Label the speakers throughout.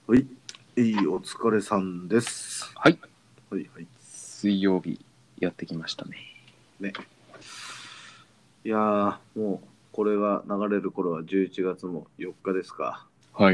Speaker 1: はい、お疲れさんです。
Speaker 2: はい。
Speaker 1: はいはい。
Speaker 2: 水曜日やってきましたね。
Speaker 1: ね。いやー、もう、これが流れる頃は11月も4日ですか。
Speaker 2: はい。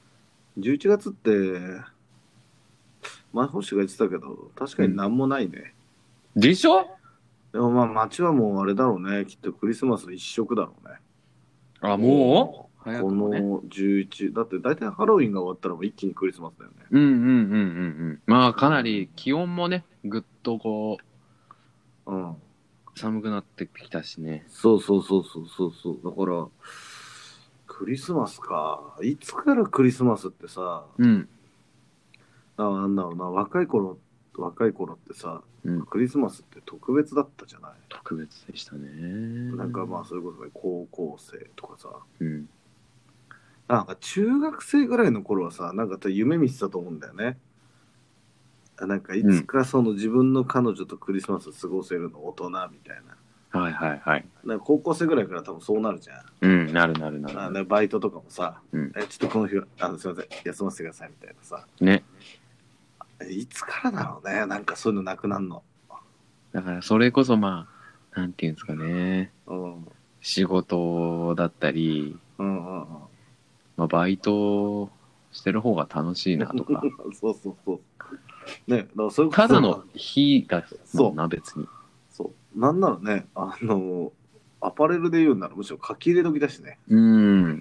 Speaker 1: 11月って、前星が言ってたけど、確かになんもないね。
Speaker 2: でしょ？
Speaker 1: でもまあ、街はもうあれだろうね。きっとクリスマス一色だろうね。
Speaker 2: あ、もう早
Speaker 1: こ
Speaker 2: くもね。
Speaker 1: の11、だって大体ハロウィンが終わったらもう一気にクリスマスだよね。
Speaker 2: まあ、かなり気温もね、ぐっとこ
Speaker 1: うん。
Speaker 2: う、寒くなってきたしね。
Speaker 1: そうそうそうそうそうそう。だから、クリスマスか。いつからクリスマスってさ、
Speaker 2: うん。
Speaker 1: なんだろうな、若い頃ってさ、
Speaker 2: うん。
Speaker 1: クリスマスって特別だったじゃない。
Speaker 2: 特別でしたね。
Speaker 1: なんかまあ、それこそね高校生とかさ、
Speaker 2: うん。
Speaker 1: なんか中学生ぐらいの頃はさ、なんか夢見てたと思うんだよね。なんかい
Speaker 2: うん。
Speaker 1: つかその自分の彼女とクリスマス過ごせるの大人みたいな。
Speaker 2: はいはいはい。
Speaker 1: なんか高校生ぐらいから多分そうなるじゃん。
Speaker 2: うん。なるなるなるなる。
Speaker 1: バイトとかもさ、
Speaker 2: うん。
Speaker 1: ちょっとこの日は、すいません、休ませてくださいみたいなさ。
Speaker 2: ね。
Speaker 1: いつからだろうね、なんかそういうのなくなるの。
Speaker 2: だからそれこそまあ、なんていうんですかね。
Speaker 1: うん。うん
Speaker 2: 仕事だったり、
Speaker 1: うんうん。
Speaker 2: まあ、バイトしてる方が楽しいなとか。
Speaker 1: そうそうそう。ね、だからそれこそ
Speaker 2: ただの日だもん
Speaker 1: そ
Speaker 2: な、別に。
Speaker 1: そう。なんならね、アパレルで言うならむしろ書き入れ時だしね。
Speaker 2: うん。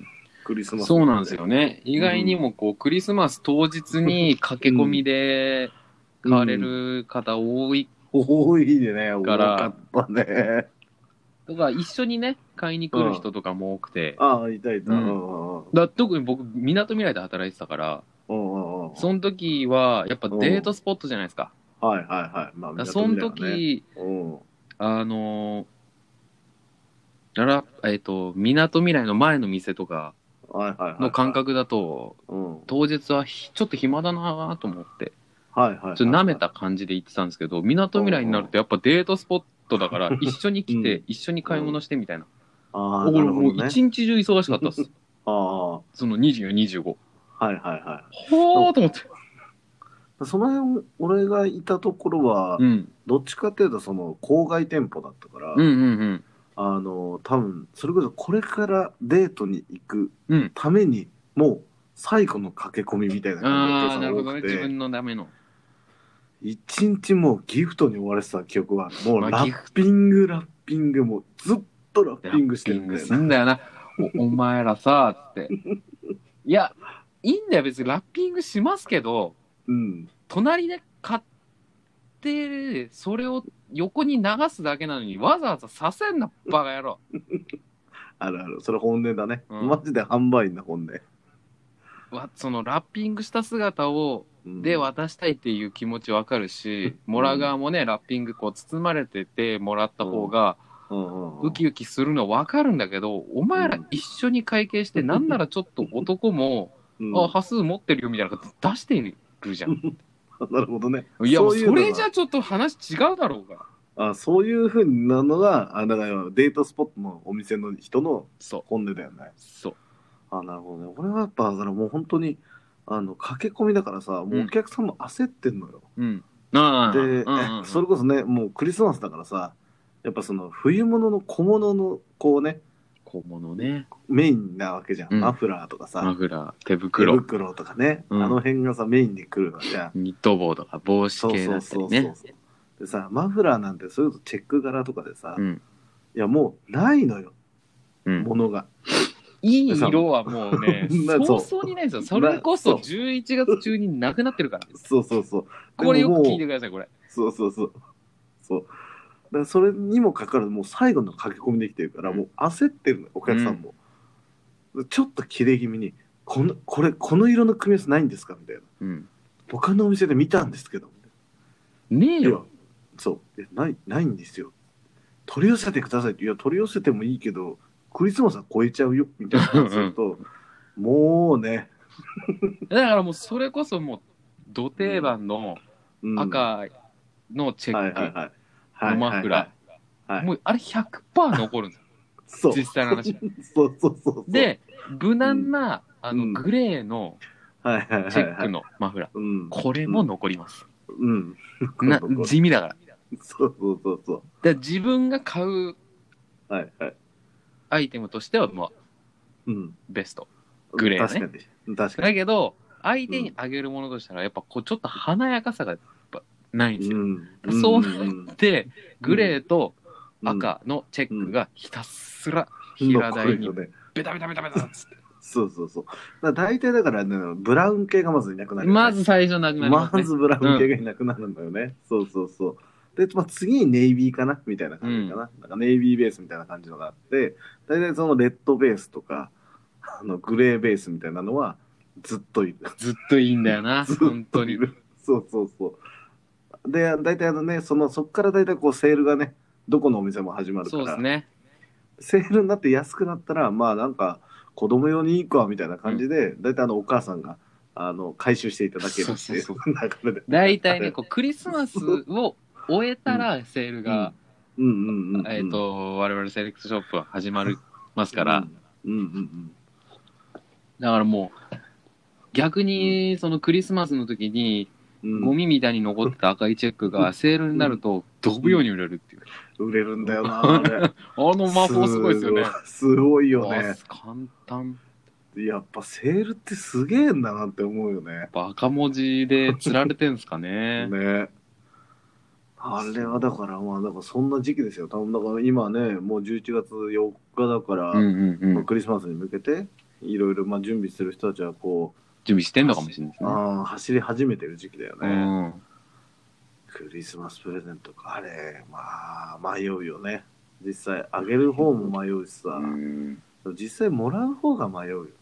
Speaker 1: クリスマス
Speaker 2: そうなんです
Speaker 1: なんて。
Speaker 2: よね。意外にもこう、クリスマス当日に駆け込みで買われる方多い
Speaker 1: 多いでね、
Speaker 2: から、
Speaker 1: 多かったね。
Speaker 2: とか一緒にね、買いに来る人とかも多くて、
Speaker 1: ああ、いたいた。
Speaker 2: うん。特に僕、みなとみらいで働いてたから、その時はやっぱデートスポットじゃないですか。
Speaker 1: はいはいはい。まあ、みなと
Speaker 2: その
Speaker 1: みらいはね。
Speaker 2: 時、あのみなとみらいの前の店とか
Speaker 1: はいはいはい。
Speaker 2: の感覚だと、当日はちょっと暇だなと思って、
Speaker 1: はいはいはい。
Speaker 2: ちょっと舐めた感じで行ってたんですけど、みなとみらいになるとやっぱデートスポットだから、一緒に来て、一緒に買い物してみたいな。
Speaker 1: ああ、な
Speaker 2: 俺
Speaker 1: るほどね。
Speaker 2: もう一日中忙しかったっす。
Speaker 1: ああ、
Speaker 2: その24、25。
Speaker 1: はいはいはい。
Speaker 2: ほーと思って。
Speaker 1: その辺、俺がいたところは、
Speaker 2: うん。
Speaker 1: どっちかっていうと、その、郊外店舗だったから、
Speaker 2: うん。
Speaker 1: 多分、それこそこれからデートに行く
Speaker 2: うん。
Speaker 1: ために、もう、最後の駆け込みみたいな感じのお客
Speaker 2: あー、
Speaker 1: さんが
Speaker 2: なるほどね。自
Speaker 1: 多くて、
Speaker 2: 分のための。
Speaker 1: 一日もうギフトに追われてた記憶は、もう
Speaker 2: まあ、
Speaker 1: ラッ
Speaker 2: ギフ
Speaker 1: ラッピング、もうずっとラッ
Speaker 2: ラッ
Speaker 1: ピングして
Speaker 2: ピング
Speaker 1: るみたいな。
Speaker 2: すんだよな。お前らさ、つって。いや、いいんだよ。別にラッピングしますけど、
Speaker 1: うん。
Speaker 2: 隣で買って、それを横に流すだけなのに、わざわざさせんな、バカ野郎。
Speaker 1: あるある。それ本音だね。
Speaker 2: うん。
Speaker 1: マジで販売員の本音。
Speaker 2: そのラッピングした姿を、で渡したいっていう気持ちわかるし、もらう側もね、ラッピングこう包まれててもらった方が、ウキウキするのわかるんだけど、お前ら一緒に会計して、なんならちょっと男も、あ、端数持ってるよみたいなこと出してるじゃん。
Speaker 1: なるほどね。
Speaker 2: いや、もうそれじ
Speaker 1: ゃ
Speaker 2: ゃちょっと話違うだろうが。
Speaker 1: そういうふうなのが、だからデートスポットのお店の人の
Speaker 2: そう。
Speaker 1: 本音だよね。
Speaker 2: そう。
Speaker 1: なるほどね。俺はやっぱ、だからもう本当に、駆け込みだからさ、もうお客さんも焦ってんのよ。
Speaker 2: うん。あ
Speaker 1: で、
Speaker 2: あ、
Speaker 1: それこそね、もうクリスマスだからさ、やっぱその冬物の小物の、こうね、
Speaker 2: 小物ね。
Speaker 1: メインなわけじゃん。
Speaker 2: うん
Speaker 1: マフラーとかさ、
Speaker 2: マフラー、手
Speaker 1: 手
Speaker 2: 袋、
Speaker 1: 袋とかね、
Speaker 2: うん
Speaker 1: あの辺がさ、メインに来るわじゃん。
Speaker 2: ニット帽とか帽子
Speaker 1: そう
Speaker 2: 系だったりね。
Speaker 1: でさ、マフラーなんてそれこそチェック柄とかでさ、
Speaker 2: うん。
Speaker 1: いやもうないのよ、
Speaker 2: うん。
Speaker 1: ものが。
Speaker 2: いい色はもうね、
Speaker 1: そう
Speaker 2: 早々にないんですよ。それこそ11月中になくなってるから。
Speaker 1: そうそうそう。
Speaker 2: これよく聞いて
Speaker 1: でもも
Speaker 2: ください、これ。
Speaker 1: そうそうそう。そう。だからそれにもかかわらず、もう最後の駆け込みできてるから、もう焦ってるの、お客さんも。ちょっと切れ気味に、この色の組み合わせないんですかみたいな。
Speaker 2: うん。
Speaker 1: 他のお店で見たんですけど。いや、
Speaker 2: ねえよ。
Speaker 1: そう。ないんですよ。取り寄せてくださいって。いや、取り寄せてもいいけど、クリスマスは超えちゃうよ、みたいな話すると、もうね、
Speaker 2: だからもうそれこそもう、ど定番の赤のチェックのマフラー。もうあれ100%残るんですよ。
Speaker 1: そう。
Speaker 2: 実際の話。
Speaker 1: そう。
Speaker 2: で、無難な、グレーの
Speaker 1: はいはいはいはい。
Speaker 2: チェックのマフラー。
Speaker 1: うん。
Speaker 2: これも残ります。
Speaker 1: うん。
Speaker 2: 地味だから。
Speaker 1: そうそうそうそ
Speaker 2: で自分が買う
Speaker 1: う。はいはい。
Speaker 2: アイテムとしては、まあ、
Speaker 1: うん。
Speaker 2: ベスト。グレー
Speaker 1: 確か
Speaker 2: ね。
Speaker 1: に。確かに。
Speaker 2: だけど、相手にあげるものとしたら、やっぱこう、ちょっと華やかさがやっぱないんですよ。そうなって、グレーと赤のチェックがひたすら平台にベタベタベタベタっつって。
Speaker 1: そうそうそう。大体だからね、ブラウン系がまずいなくなるよね。
Speaker 2: まず最初なくなりますね。
Speaker 1: まずブラウン系がいなくなるんだよね。そうそうそう。で、まあ、次にネイビーかなみたいな感じかな。なんかネイビーベースみたいな感じのがあって、大体そのレッドベースとか、グレーベースみたいなのはずっといる。
Speaker 2: ずっといいんだよな、
Speaker 1: ずっ
Speaker 2: 本当に。
Speaker 1: といる。そうそうそう。で、大体ね、そっから大体こうセールがね、どこのお店も始まるか
Speaker 2: そうです
Speaker 1: ら、
Speaker 2: ね。
Speaker 1: セールになって安くなったら、まあなんか、子供用にいいかみたいな感じで、大体お母さんが、回収していただけるっていう流れで。
Speaker 2: 大体ね、こうクリスマスを終えたらセールが、我々セレクトショップは始まりますから、だからもう、逆にそのクリスマスの時に、ゴミみたいに残った赤いチェックがセールになると飛ぶように売れるっていう。
Speaker 1: 売れるんだよな、あれ。
Speaker 2: あの魔法すごいですよね。
Speaker 1: すごいよね。
Speaker 2: 簡単。
Speaker 1: やっぱセールってすげえんだなって思うよね。
Speaker 2: やっぱ赤文字で釣られてんすかね。
Speaker 1: ね。あれはだからまあだからそんな時期ですよ。多分だから今ねもう11月4日だから、まあ、クリスマスに向けていろいろまあ準備する人たちはこう
Speaker 2: 準備してんのかもしれないですね。
Speaker 1: 走り始めてる時期だよね。
Speaker 2: うん、
Speaker 1: クリスマスプレゼントかあれまあ迷うよね。実際あげる方も迷うしさ、実際もらう方が迷うよね。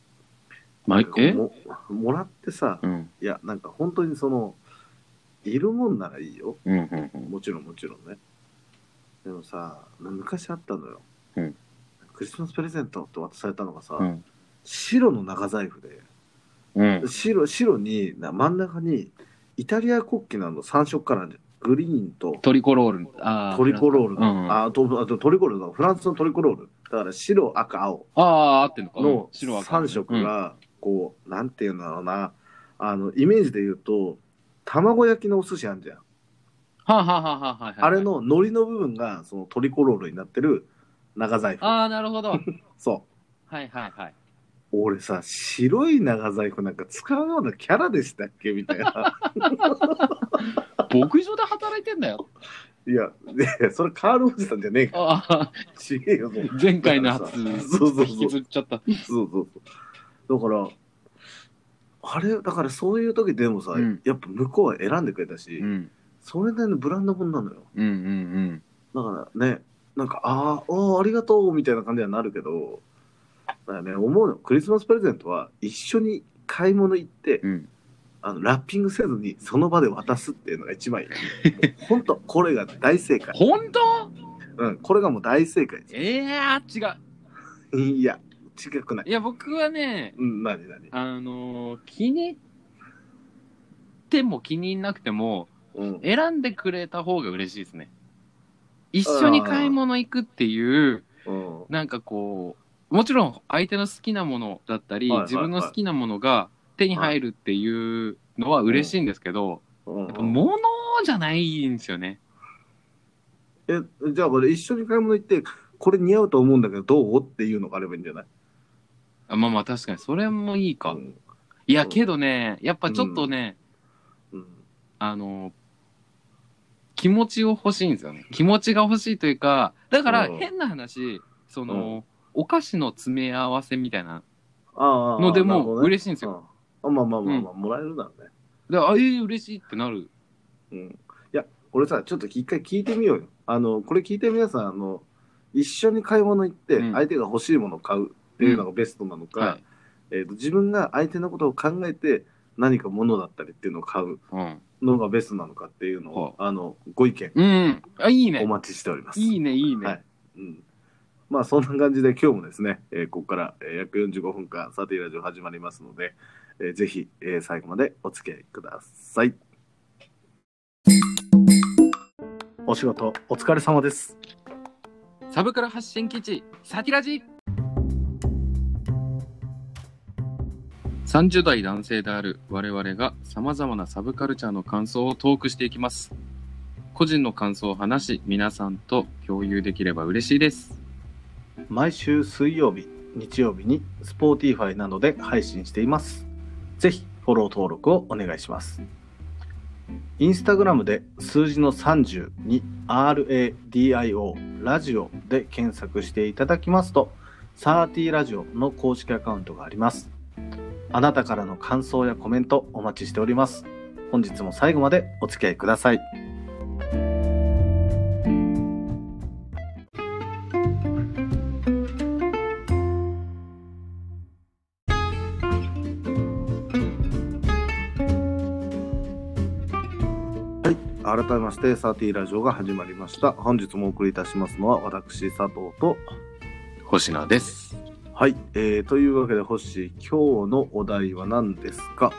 Speaker 1: もらってさ、いやなんか本当にそのいるもんならいいよ、もちろんもちろんね。でもさ昔あったのよ、クリスマスプレゼントって渡されたのがさ、白の長財布で、白に真ん中にイタリア国旗の3色カラーでグリーンと
Speaker 2: トリコロール、
Speaker 1: トリコロールあとトリコロールのフランスのトリコロールだから白赤青
Speaker 2: 合ってんのか
Speaker 1: の3色がこうなんていうんだろうな、イメージで言うと卵焼きのお寿司あんじゃん。あれの海苔の部分がそのトリコロールになってる長財布。
Speaker 2: なるほど。
Speaker 1: そう。俺さ、白い長財布なんか使うようなキャラでしたっけみたいな。
Speaker 2: 牧場で働いてんだよ。
Speaker 1: いや、それカールおじさんじゃねえか。違えよ、
Speaker 2: 前回のやつ、引きずっちゃった。
Speaker 1: そう。だから、あれ、だからそういう時でもさ、やっぱ向こうは選んでくれたし、それなりのブランド物なのよ。だからね、なんか、ありがとうみたいな感じにはなるけど、だからね、思うの、クリスマスプレゼントは一緒に買い物行って、ラッピングせずにその場で渡すっていうのが一番いい。本当、これが大正解。
Speaker 2: 本当？
Speaker 1: これがもう大正解です。
Speaker 2: 違
Speaker 1: う。いや、違くない。
Speaker 2: いや、僕はね、
Speaker 1: 何
Speaker 2: 気に入っても気に入んなくても、選んでくれた方が嬉しいですね。一緒に買い物行くっていう、なんかこう、もちろん相手の好きなものだったり、自分の好きなものが手に入るっていうのは嬉しいんですけど、やっぱ物じゃないんですよね。
Speaker 1: じゃあこれ一緒に買い物行って、これ似合うと思うんだけどどうっていうのがあればいいんじゃない？
Speaker 2: まあ確かにそれもいいか。いやけどね、やっぱちょっとね、気持ちを欲しいんですよね。気持ちが欲しいというか、だから変な話、その、お菓子の詰め合わせみたいなのでも嬉しいんですよ。
Speaker 1: まあ、もらえるならね。
Speaker 2: で、嬉しいってなる。
Speaker 1: いや、俺さ、ちょっと一回聞いてみようよ。これ聞いて皆さん、一緒に買い物行って、相手が欲しいものを買うっていうのがベストなのか、自分が相手のことを考えて何か物だったりっていうのを買うのがベストなのかっていうのを、ご意見、
Speaker 2: いいね。
Speaker 1: お待ちしております。
Speaker 2: いいね。
Speaker 1: はい。まあそんな感じで今日もですね、ここから約45分間サティラジオ始まりますので、ぜひ最後までお付き合いください。お仕事お疲れ様です。
Speaker 2: サブカル発信基地サティラジ。 30代男性である我々が様々なサブカルチャーの感想をトークしていきます。個人の感想を話し、皆さんと共有できれば嬉しいです。
Speaker 1: 毎週水曜日、日曜日に Spotify などで配信しています。ぜひフォロー登録をお願いします。インスタグラムで数字の30に RADIO ラジオで検索していただきますと、30ラジオの公式アカウントがあります。あなたからの感想やコメントお待ちしております。本日も最後までお付き合いください。改めまして30ラジオが始まりました。本日もお送りいたしますのは私佐藤と
Speaker 2: 星名です。
Speaker 1: はい、というわけで星、今日のお題は何ですか？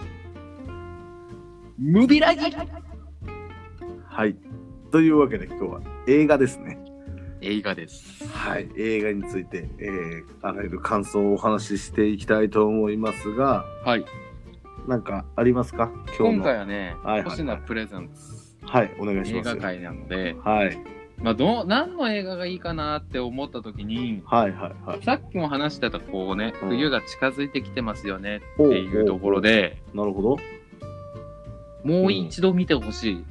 Speaker 2: ムビラジ。
Speaker 1: はい、というわけで今日は映画ですね。
Speaker 2: 映画です。
Speaker 1: はい、映画について、あらゆる感想をお話ししていきたいと思いますが、
Speaker 2: はい、
Speaker 1: なんかありますか？
Speaker 2: 今回はね、
Speaker 1: はいはいはい、
Speaker 2: 星名プレゼンツ、
Speaker 1: はい、お願いします。
Speaker 2: 映画界なので、
Speaker 1: はい。
Speaker 2: まあ、何の映画がいいかなって思った時に、
Speaker 1: はいはいはい、
Speaker 2: さっきも話してたこうね、冬が近づいてきてますよねっていうところで、
Speaker 1: なるほど。
Speaker 2: もう一度見てほしい、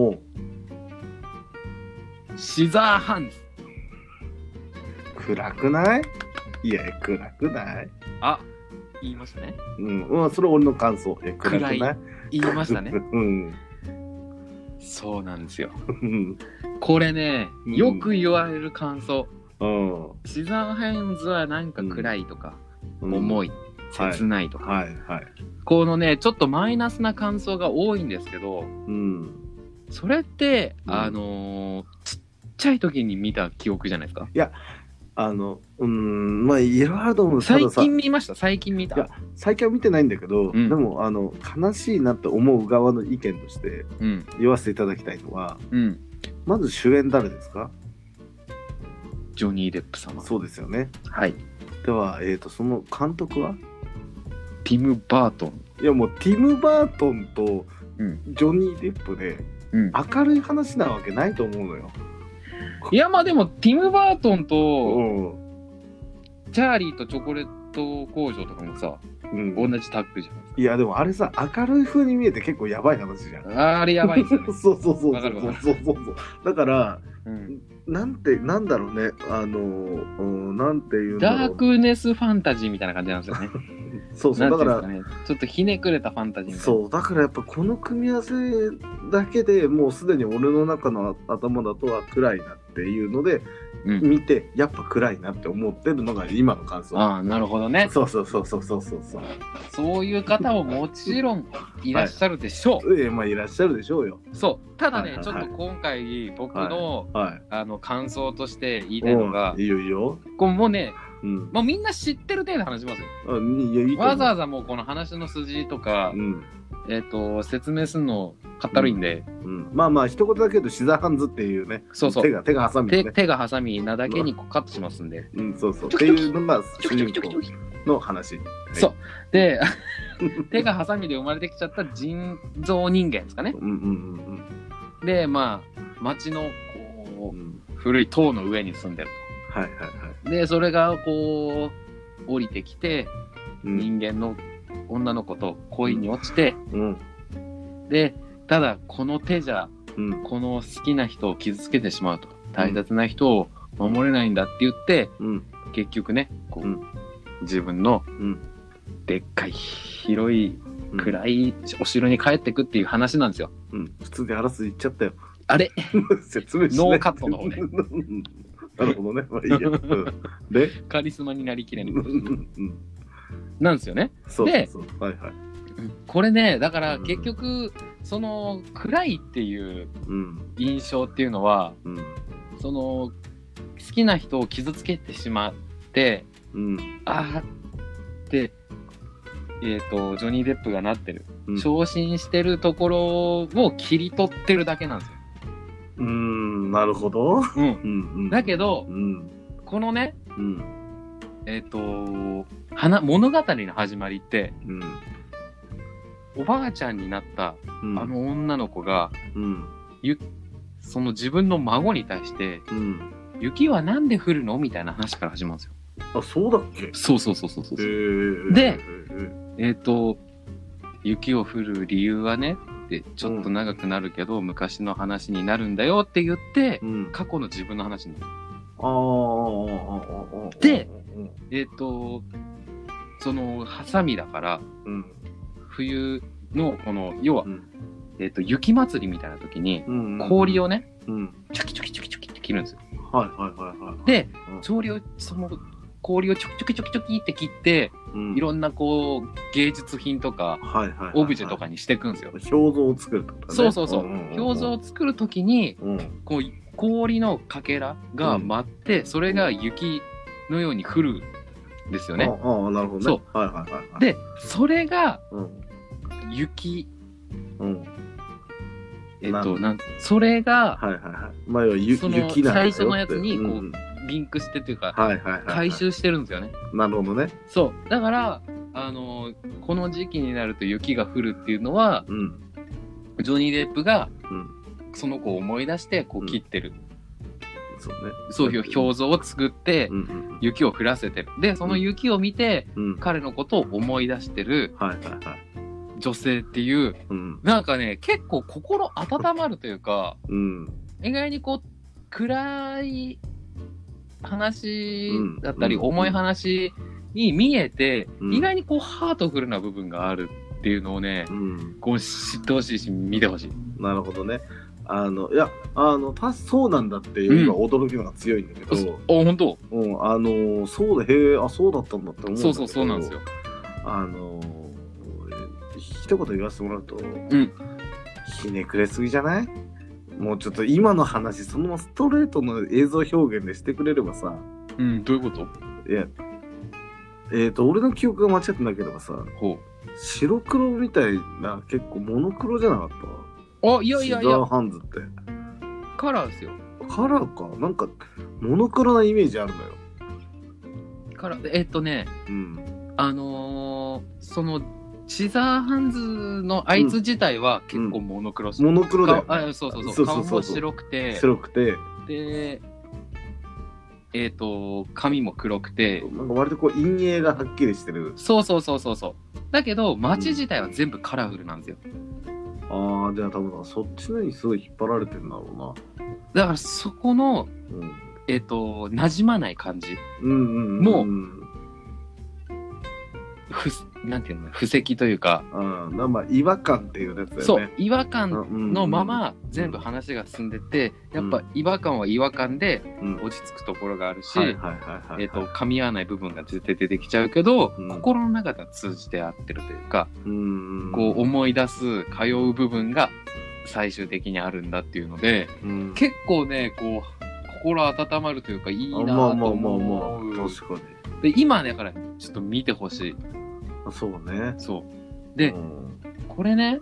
Speaker 2: シザーハンズ。
Speaker 1: 暗くない？いや暗くない？
Speaker 2: あ、言いましたね。
Speaker 1: うん、それ俺の感想。いや暗くない？
Speaker 2: 言いましたね。
Speaker 1: うん。
Speaker 2: そうなんですよ。これね、よく言われる感想。シザーハンズはなんか暗いとか、重い、切ないとか、このね、ちょっとマイナスな感想が多いんですけど、それって、ちっちゃい時に見た記憶じゃないですか。
Speaker 1: いや、まあ、いろいろあると思う。
Speaker 2: 最近見ました？最近見た？
Speaker 1: いや、最近は見てないんだけど、でも、悲しいなって思う側の意見として、言わせていただきたいのは、まず主演誰ですか？
Speaker 2: ジョニー・デップ様。
Speaker 1: そうですよね。
Speaker 2: はい。
Speaker 1: では、その監督は
Speaker 2: ティム・バートン。
Speaker 1: いや、もうティム・バートンとジョニー・デップで、明るい話なわけないと思うのよ。
Speaker 2: いや、まあでもティム・バートンとチャーリーとチョコレート工場とかもさ、同じタッグじゃん。
Speaker 1: いやでもあれさ、明るい風に見えて結構やばい話じゃん。
Speaker 2: あれやばいですよね。
Speaker 1: そうだから、なんだろうね、なんていうんだろう、
Speaker 2: ダークネスファンタジーみたいな感じなんですよね。
Speaker 1: そうだから、
Speaker 2: ちょっとひねくれたファンタジーみたいな。
Speaker 1: そうだからやっぱこの組み合わせだけでもうすでに俺の中の頭だとは暗いなっていうので、見てやっぱ暗いなって思ってるのが今の感想。
Speaker 2: ああ、なるほどね。
Speaker 1: そう
Speaker 2: そういう方ももちろんいらっしゃるでしょう。
Speaker 1: まあいらっしゃるでしょうよ。
Speaker 2: そう、ただね、ちょっと今回僕の感想として言いたいのが、
Speaker 1: いいよ。
Speaker 2: これもうね、もうみんな知ってる程度話しますよ。わざわざもうこの話の筋とか、説明するのかったるいんで、
Speaker 1: まあ一言だけどシザーハンズっていうね、手がハサミ、
Speaker 2: 手がハサミなだけにカットしますんで、
Speaker 1: っていうのが主人公の話。
Speaker 2: そうで、手がハサミで生まれてきちゃった人造人間ですかね。で、まあ町のこう古い塔の上に住んでると。でそれがこう降りてきて、人間の女の子と恋に落ちて、でただこの手じゃ、この好きな人を傷つけてしまうと、大切な人を守れないんだって言って、結局ねこう、自分のでっかい広い暗いお城に帰ってくっていう話なんですよ。
Speaker 1: 普通にあらすじ言っちゃったよ。
Speaker 2: あれ
Speaker 1: 説明して
Speaker 2: ノーカットの方ね。
Speaker 1: なるほどね。まあいいや。で
Speaker 2: カリスマになりきれんなんですよね。で、これね、だから結局、その暗いっていう印象っていうのは、その好きな人を傷つけてしまって、あーって、ジョニー・デップがなってる、昇進してるところを切り取ってるだけなんですよ。
Speaker 1: なるほど。
Speaker 2: だけど、このね、物語の始まりって、 おばあちゃんになった
Speaker 1: うん
Speaker 2: あの女の子が、
Speaker 1: うん
Speaker 2: その自分の孫に対して
Speaker 1: うん
Speaker 2: 「雪はなんで降るの?」みたいな話から始まるんですよ。
Speaker 1: あ、そうだっけ。
Speaker 2: そうそうそうそうそう。
Speaker 1: で、
Speaker 2: 雪を降る理由はねってちょっと長くなるけど、昔の話になるんだよって言って、
Speaker 1: うん
Speaker 2: 過去の自分の話になる。
Speaker 1: ああ
Speaker 2: で、そのハサミだから
Speaker 1: うん
Speaker 2: 冬のこの要は、
Speaker 1: うん
Speaker 2: 雪祭りみたいな時に
Speaker 1: うん
Speaker 2: 氷をね、
Speaker 1: うん
Speaker 2: チョキチョキチョキチョキって切るんですよ。
Speaker 1: はいはいはいはい。
Speaker 2: で、
Speaker 1: うん
Speaker 2: その氷をチョキチョキチョキチョキって切って、
Speaker 1: うん
Speaker 2: いろんなこう芸術品とか
Speaker 1: はいはいはいはい
Speaker 2: オブジェとかにしていくんですよ。
Speaker 1: 表像を作るってことだね。
Speaker 2: そうそうそう。
Speaker 1: んんん
Speaker 2: 表像を作る時に
Speaker 1: うん
Speaker 2: こう氷のかけらが舞って、それが雪のように降るんですよね。
Speaker 1: ああ、なるほどね。
Speaker 2: そう
Speaker 1: はいはいはいはい。、
Speaker 2: で、それが
Speaker 1: うん
Speaker 2: 雪、
Speaker 1: うん
Speaker 2: それが
Speaker 1: はいはいはい。まあ要は
Speaker 2: その
Speaker 1: 雪なんだよって。
Speaker 2: 最初のやつにこう
Speaker 1: うん
Speaker 2: リンクしてというか、
Speaker 1: はいはいはいはい。
Speaker 2: 回収してるんですよね。
Speaker 1: なるほどね。
Speaker 2: そう。だから、この時期になると雪が降るっていうのは、
Speaker 1: うん
Speaker 2: ジョニー・デップが
Speaker 1: うん
Speaker 2: その子を思い出してこう切ってる。
Speaker 1: そうね。
Speaker 2: そういう表像を作って
Speaker 1: うんうん
Speaker 2: 雪を降らせてる。で、その雪を見て
Speaker 1: うん
Speaker 2: 彼のことを思い出してる
Speaker 1: はいはいはい。
Speaker 2: 女性っていう、
Speaker 1: うん
Speaker 2: なんかね、結構心温まるというか、
Speaker 1: うん
Speaker 2: 意外にこう、暗い話だったり、
Speaker 1: うん
Speaker 2: 重い話に見えて、
Speaker 1: うん
Speaker 2: 意外にこう、ハートフルな部分があるっていうのをね、
Speaker 1: うん。
Speaker 2: こう知ってほしいし、見てほしい。
Speaker 1: なるほどね。いや、そうなんだっていう今驚きのが強いんだけど、
Speaker 2: 本当
Speaker 1: そうだ、へえ、あ、そうだったんだって思うんだけど、
Speaker 2: そうなんですよ。
Speaker 1: 一言言わせてもらうと、
Speaker 2: ん
Speaker 1: ひねくれすぎじゃない？もうちょっと今の話、そのままストレートの映像表現でしてくれればさ、
Speaker 2: どういうこと？
Speaker 1: いや、俺の記憶が間違ってなければさ、
Speaker 2: ほ
Speaker 1: 白黒みたいな、結構モノクロじゃなかった
Speaker 2: う。いやいやい
Speaker 1: シザー
Speaker 2: や、
Speaker 1: ハンズって。
Speaker 2: カラーですよ。
Speaker 1: カラーか。なんか、モノクロなイメージあるのよ。
Speaker 2: カラー、
Speaker 1: うん。
Speaker 2: その、シザーハンズのあいつ自体は結構モノクロっす。
Speaker 1: モノクロだよ、
Speaker 2: そうそうそう。
Speaker 1: そうそうそう
Speaker 2: 顔も白くて、
Speaker 1: 白くて、
Speaker 2: で、髪も黒くて、
Speaker 1: なんか割とこう陰影がはっきりしてる。
Speaker 2: そうそうそうそうそう。だけど、街自体は全部カラフルなんですよ。
Speaker 1: ああ、じゃあ多分そっちのにすごい引っ張られてるんだろ
Speaker 2: だからそこの、
Speaker 1: うな。
Speaker 2: 馴染まない感じ。
Speaker 1: うん。うんうんうん。
Speaker 2: もう
Speaker 1: うん。
Speaker 2: なんていうの、布石というか、
Speaker 1: まあ違和感っていうやつだよね。
Speaker 2: そう、違和感のまま全部話が進んでて、やっぱ違和感は違和感で
Speaker 1: うん、
Speaker 2: 落ち着くところがあるし、
Speaker 1: はいはいはいはい。
Speaker 2: 噛み合わない部分が絶対出てきちゃうけど、
Speaker 1: うん
Speaker 2: 心の中では通じて合ってるというか、
Speaker 1: うん。
Speaker 2: こう思い出す、通う部分が最終的にあるんだっていうので、
Speaker 1: うん、
Speaker 2: 結構ね、こう、心温まるというか、いいなぁと
Speaker 1: まあまあ
Speaker 2: 思う。
Speaker 1: まあまあ、確か
Speaker 2: で、今だからちょっと見てほしい。
Speaker 1: に。そうね。
Speaker 2: そう。で、
Speaker 1: うん
Speaker 2: これね、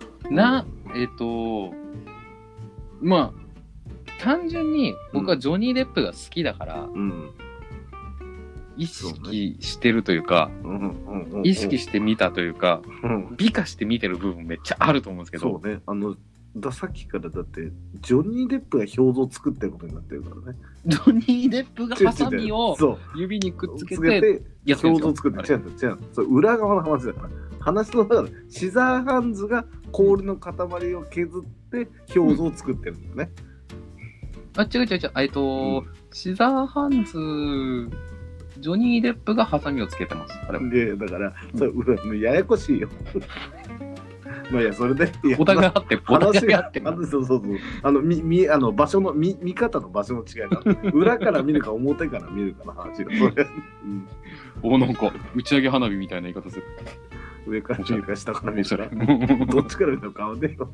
Speaker 2: まあ、単純に僕はジョニー・デップが好きだから、
Speaker 1: うん。
Speaker 2: 意識してるというか、
Speaker 1: うん。
Speaker 2: 意識して見たというか、
Speaker 1: うん。
Speaker 2: 美化して見てる部分めっちゃあると思うんですけど、
Speaker 1: そうね。さっきからだって、ジョニー・デップが表像作ってることになってるからね。
Speaker 2: ジョニー・デップがハサミを
Speaker 1: そう
Speaker 2: 指にくっつけ
Speaker 1: つけ
Speaker 2: て
Speaker 1: て、
Speaker 2: やってるんですよ。
Speaker 1: 表像作って、違うんだ、違うんだ。そう裏側の話だから。話の中で、シザーハンズが氷の塊を削って表像を作ってるんだよね。
Speaker 2: 違う。シザーハンズ、ジョニー・デップがハサミをつけてます。あれ
Speaker 1: で、だから、それややこしいよ。まあいや、それで、いや
Speaker 2: お互いあってる。お
Speaker 1: 話が
Speaker 2: 互いあってる。
Speaker 1: そう。場所の、見方の場所の違いだ。裏から見るか表から見るかの話が。それ
Speaker 2: なんか、打ち上げ花火みたいな言い方する。
Speaker 1: 上から見るか下から見るか。
Speaker 2: う
Speaker 1: どっちから見るのか変わんねえよ。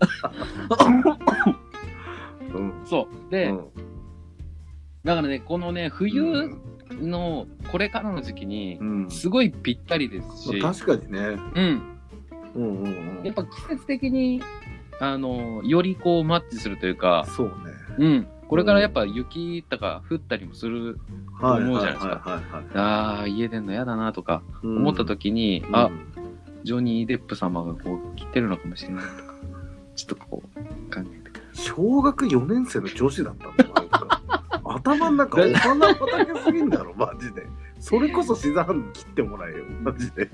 Speaker 2: そう。で、だからね、このね、冬のこれからの時期に、すごいぴったりですし、
Speaker 1: 確かにね。
Speaker 2: やっぱ季節的に、よりこうマッチするというか、
Speaker 1: そうね。
Speaker 2: これからやっぱ雪とか降ったりもすると思うじゃないですか。家出んの嫌だなとか思った時に、 ジョニー・デップ様がこう来てるのかもしれないとか、ちょっとこう考えて。
Speaker 1: 小学4年生の女子だったんだよ、なんか。頭の中お花畑すぎんだろ、マジで。それこそシザーハンズ切ってもらえよ、マジで。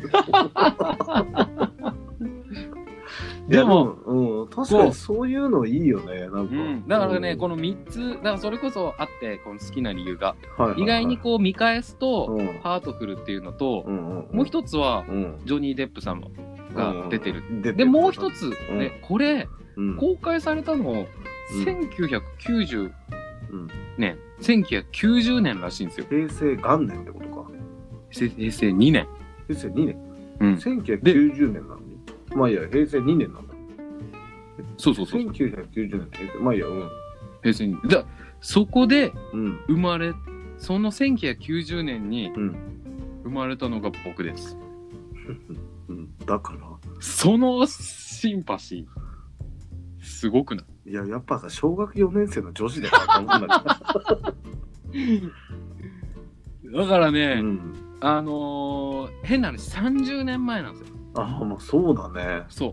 Speaker 2: でも、
Speaker 1: うん、確かにそういうのいいよね、なんか。
Speaker 2: だからね、この3つ、だからそれこそあって、この好きな理由が。
Speaker 1: はいはいはい、
Speaker 2: 意外にこう見返すと、
Speaker 1: うん
Speaker 2: ハートフルっていうのと、
Speaker 1: も
Speaker 2: もう一つは、
Speaker 1: うん、
Speaker 2: ジョニー・デップ様が出てる。
Speaker 1: で
Speaker 2: で、もう一つ、ね、これ、
Speaker 1: うん、
Speaker 2: 公開されたの、1990
Speaker 1: うん
Speaker 2: 年、1990年らしいんですよ。
Speaker 1: 平成元年ってことか。
Speaker 2: 平成2年。
Speaker 1: 平成2年。
Speaker 2: うん。
Speaker 1: 1990年なのに。まあいいや、平成2年なんだ。
Speaker 2: そうそうそう。
Speaker 1: 1990年ってまあいいや、うん。
Speaker 2: 平成2年。そこで
Speaker 1: うん、
Speaker 2: 生まれ、その1990年に
Speaker 1: うん、
Speaker 2: 生まれたのが僕です。
Speaker 1: うん、だから
Speaker 2: そのシンパシー、すごくない？
Speaker 1: いや、やっぱさ、小学4年生の女子だからと思うんだ
Speaker 2: だからね、
Speaker 1: うん、
Speaker 2: 変な話、30年前なんですよ。
Speaker 1: ああ、まあそうだね。
Speaker 2: そう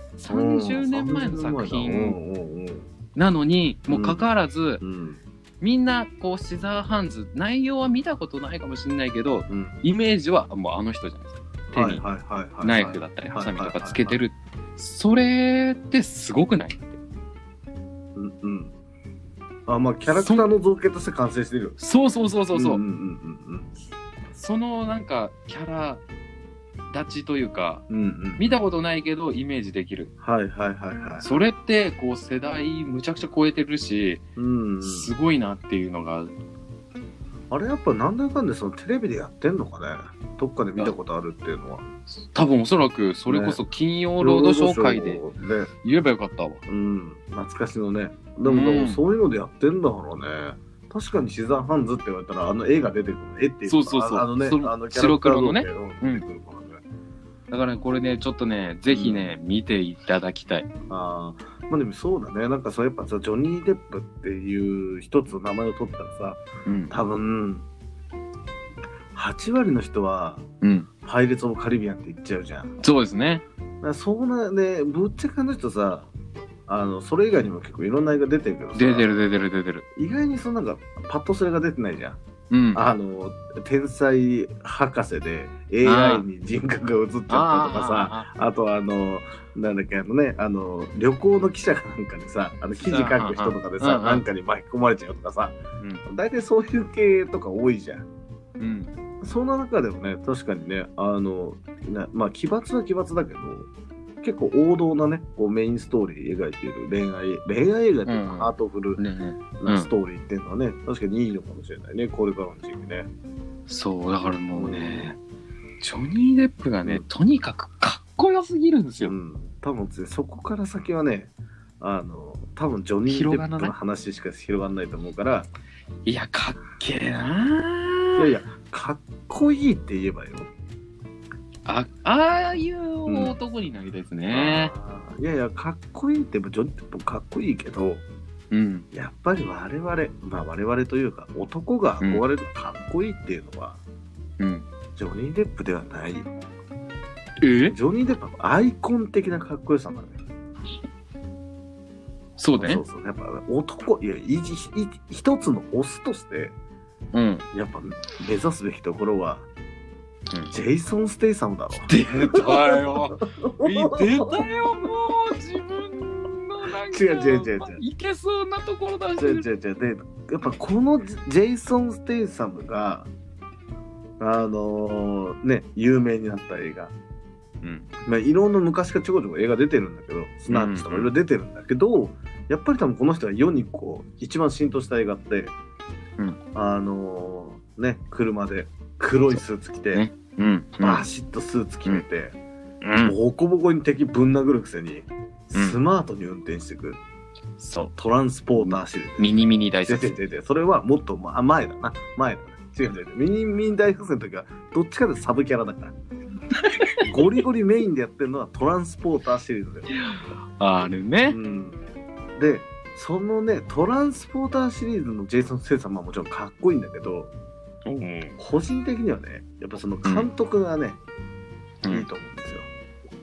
Speaker 2: 。30年前の作品なのに、もかかわらず、みんなこうシザーハンズ、内容は見たことないかもしれないけど、イメージはもうあの人じゃないですか。手にナイフだったりハサミとかつけてる。それってすごくない？
Speaker 1: うんうん。あ、まあキャラクターの造形として完成してるよ。
Speaker 2: そうそうそうそうそう。そのなんかキャラ立ちというか、見たことないけどイメージできる。
Speaker 1: はいはいはいはい。
Speaker 2: それってこう世代むちゃくちゃ超えてるし、すごいなっていうのが。
Speaker 1: あれやっぱなんだかんだそのテレビでやってんのかね。どっかで見たことあるっていうのは。
Speaker 2: 多分おそらくそれこそ金曜ロードショー会で言えばよかったわ。
Speaker 1: 懐かしのね。でもそういうのでやってんだからね。確かにシザーハンズって言われたらあの絵が出てくる。絵っていうか、
Speaker 2: そうそうそう。
Speaker 1: あのね、
Speaker 2: 白黒のね。
Speaker 1: 出てくるからね。
Speaker 2: だからこれね、ちょっとね、ぜひね、見ていただきたい。
Speaker 1: まあでもそうだね。なんかそうやっぱさ、ジョニー・デップっていう一つの名前を取ったらさ、多分、8割の人は、パイレーツ・オブ・カリビアンって言っちゃうじゃん。
Speaker 2: そうですね。
Speaker 1: そうなね、ぶっちゃけの人さ、それ以外にも結構いろんな映画出てるけどさ、
Speaker 2: 出てる。
Speaker 1: 意外にそのなんか、パッとそれが出てないじゃん。天才博士で AI に人格が映っちゃったとかさ、あとなんだっけ旅行の記者かなんかにさ、記事書く人とかでさ、なんかに巻き込まれちゃうとかさ、大体そういう系とか多いじゃん。そんな中でもね、確かにね、まあ奇抜は奇抜だけど、結構王道なね、こうメインストーリー描いている恋愛映画っていうか、ハートフルなストーリーっていうのはね、確かにいいのかもしれないね、これからの時期ね。そう、
Speaker 2: だからもうね、ジョニー・デップがね、とにかくかっこよすぎるんですよ。
Speaker 1: 多分そこから先はね、多分ジョニー・デップの話しか広がらないと思うから、
Speaker 2: いや、かっけえな。
Speaker 1: いや、かっこいいって言えばよ。
Speaker 2: ああいう男になりたいですね。
Speaker 1: いや、かっこいいってジョニー・デップかっこいいけど、やっぱり我々というか男が憧れるかっこいいっていうのは、ジョニー・デップではない。ジョニー・デップはアイコン的なかっこよさなのよ。
Speaker 2: そうね。
Speaker 1: そうやっぱ男、一つのオスとして、やっぱ目指すべきところは、ジェイソン・ステイサムだろ。
Speaker 2: 出たよ。出たよ、もう自分のなんかいけそうなところだし。
Speaker 1: で、やっぱこのジェイソン・ステイサムが有名になった映画。まあいろんな昔からちょこちょこ映画出てるんだけど、スナッチとかいろいろ出てるんだけど、やっぱり多分この人が世にこう一番浸透した映画って、車で黒いスーツ着て、バシッとスーツ決めて、ボコボコに敵ぶん殴るくせに、スマートに運転していく、トランスポーターシリーズ。
Speaker 2: ミニ大作戦。
Speaker 1: それはもっと前だな。違う。ミニ大作戦の時は、どっちかでサブキャラだから。ゴリゴリメインでやってるのはトランスポーターシリーズだよ。
Speaker 2: あれね。
Speaker 1: で、そのね、トランスポーターシリーズのジェイソン・ステイサムはもちろんかっこいいんだけど、個人的にはね、やっぱその監督がね、いいと思うんですよ。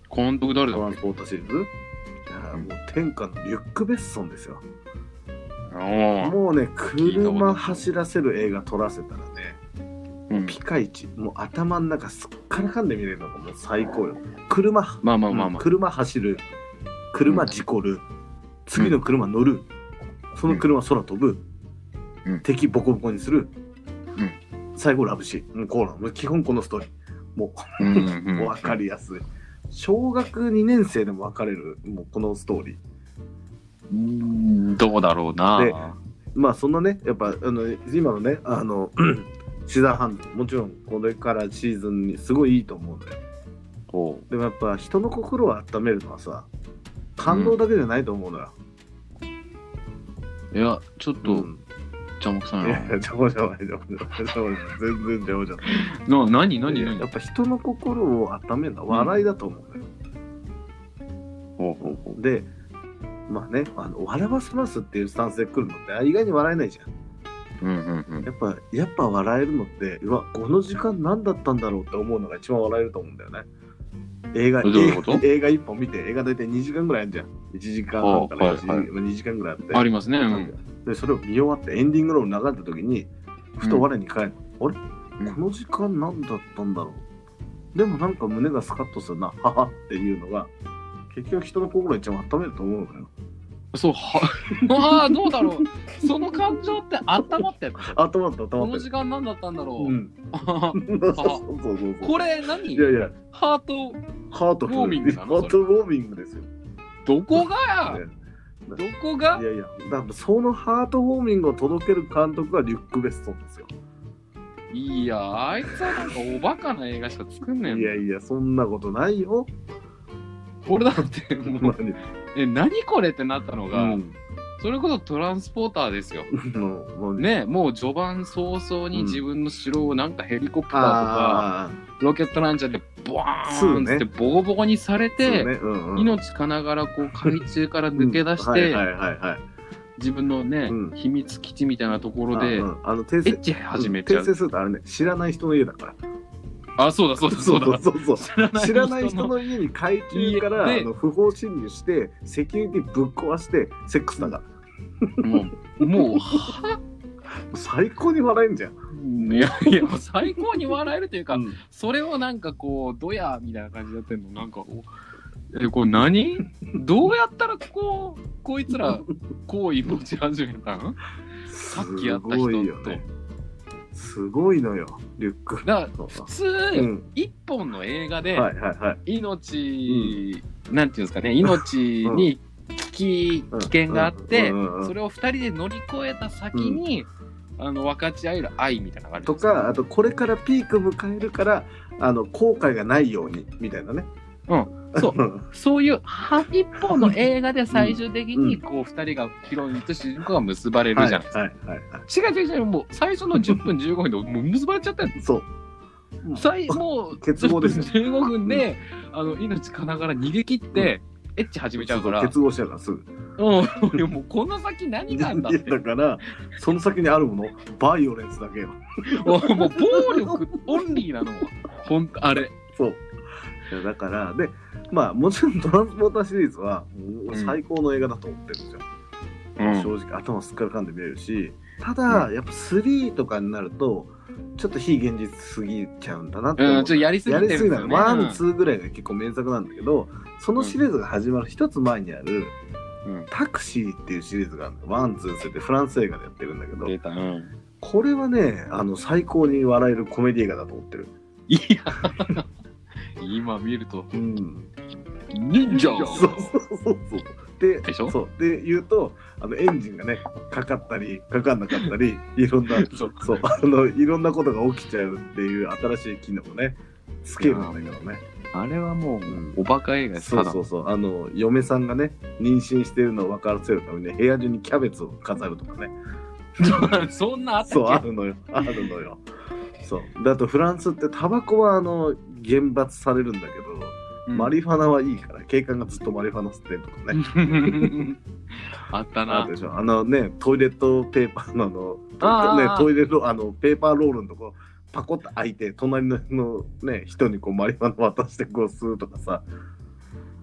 Speaker 2: 監督誰だっけ？
Speaker 1: トランスポーターシリーズ。いやもう天下のリュック・ベッソンですよ。もうね、車走らせる映画撮らせたらね、ピカイチ、もう頭の中すっからかんで見れるのがもう最高よ。車走る、車事故る、次の車乗る、その車空飛ぶ、敵ボコボコにする、最後ラブシーン。もうこうなの、基本このストーリー。もう、もう分かりやすい。小学2年生でも分かれる、もうこのストーリー。
Speaker 2: どうだろうな。
Speaker 1: で、まあそんなね、やっぱ今のね、シザーハンズ、もちろんこれからシーズンにすごいいいと思うんだよ。でもやっぱ人の心を温めるのはさ、感動だけじゃないと思うのよ。
Speaker 2: いや、ちょっと、邪魔くさいな。いや、
Speaker 1: 邪魔じゃない、全然邪魔じゃない。
Speaker 2: 何
Speaker 1: やっぱ人の心を温めるのは笑いだと思うのよ。で、まあね、笑わせますっていうスタンスで来るのって意外に笑えないじゃん。やっぱ笑えるのって、うわ、この時間何だったんだろうって思うのが一番笑えると思うんだよね。映画1本見て、映画大体2時間ぐらいあるじゃん。1時間半から2時間ぐらいあって。
Speaker 2: ありますね。
Speaker 1: で、それを見終わってエンディングロール流れた時に、ふと我に返る。あれ、この時間何だったんだろう。でもなんか胸がスカッとするな、ははっていうのが、結局人の心を一番温めると思うのよ。
Speaker 2: そう、どうだろう。その感情って温まってるの？
Speaker 1: 温まった。
Speaker 2: この時間何だったんだろう。
Speaker 1: そう
Speaker 2: これ何？
Speaker 1: いや
Speaker 2: ハートウォーミングなの？
Speaker 1: ハートウォーミングですよ。
Speaker 2: どこがや？どこが？
Speaker 1: いや、だからそのハートウォーミングを届ける監督がリュック・ベッソンですよ。
Speaker 2: いや、あいつはなんかおバカな映画しか作んねん。
Speaker 1: いや、そんなことないよ。
Speaker 2: 俺だってもう何これってなったのが、それこそトランスポーターですよ。ね、もう序盤早々に自分の城をなんかヘリコプターとか、ロケットランチャーでボワーンってボコボコにされて、命かながらこう海中から抜け出して、自分のね、秘密基地みたいなところでエッチ始めちゃう。
Speaker 1: 訂正するとあれね、知らない人の家だから。
Speaker 2: そうだ。
Speaker 1: 知らない人の家に海中から不法侵入してセキュリティぶっ壊してセックスだから。
Speaker 2: もう
Speaker 1: 最高に笑えんじゃん。
Speaker 2: いや最高に笑えるというか、それをなんかこうドヤみたいな感じでやってんの、なんかこれ何？どうやったらこいつら行為持ち始めたん？さっきやった人と。
Speaker 1: すごいのよ、リュック。
Speaker 2: だから普通、一本の映画で命、なんていうんですかね、命に危険があって、それを2人で乗り越えた先に、分かち合える愛みたいなのがある
Speaker 1: とか、あとこれからピーク迎えるから後悔がないようにみたいなね。
Speaker 2: そういう一本の映画で最終的にこう2人がヒロインと主人公が結ばれるじゃないですか。違う、もう最初の10分15分でもう結ばれちゃったんです。
Speaker 1: そう
Speaker 2: もう
Speaker 1: 結合です
Speaker 2: 15分で命かながら逃げ切ってエッチ始めちゃうから。
Speaker 1: 結合しちゃうからすぐ。
Speaker 2: もうこの先何があるんだって。
Speaker 1: だからその先にあるものバイオレンスだけよ。
Speaker 2: もう暴力オンリーなのほんとあれ。
Speaker 1: そうだからで、まあもちろんトランスポーターシリーズは最高の映画だと思ってるんですよ。正直頭すっからかんで見れるし、ただやっぱ3とかになるとちょっと非現実すぎちゃうんだなって思う。
Speaker 2: ちょっとやりすぎてるんですよね。
Speaker 1: 1、2ぐらいが結構名作なんだけど、そのシリーズが始まる一つ前にある、タクシーっていうシリーズがあるの。1、2、3ってフランス映画でやってるんだけど、これはね、最高に笑えるコメディ映画だと思ってる。
Speaker 2: いや今見ると、忍者
Speaker 1: そうで言うとエンジンがねかかったりかかんなかったりいろんないろんなことが起きちゃうっていう新しい機能をねつけるんだけどね。
Speaker 2: あれはもうおバカ映画です。
Speaker 1: そう嫁さんがね妊娠してるのを分からせるために部屋中にキャベツを飾るとかね。
Speaker 2: そんなあったっけ？
Speaker 1: そうあるのよ。そうだとフランスってタバコは厳罰されるんだけど、マリファナはいいから警官がずっとマリファナ吸ってるとかね。
Speaker 2: あったな。
Speaker 1: でしょトイレットペーパーのトイレのペーパーロールのとこパコッと開いて隣のね人にこうマリファナ渡してこう吸うとかさ。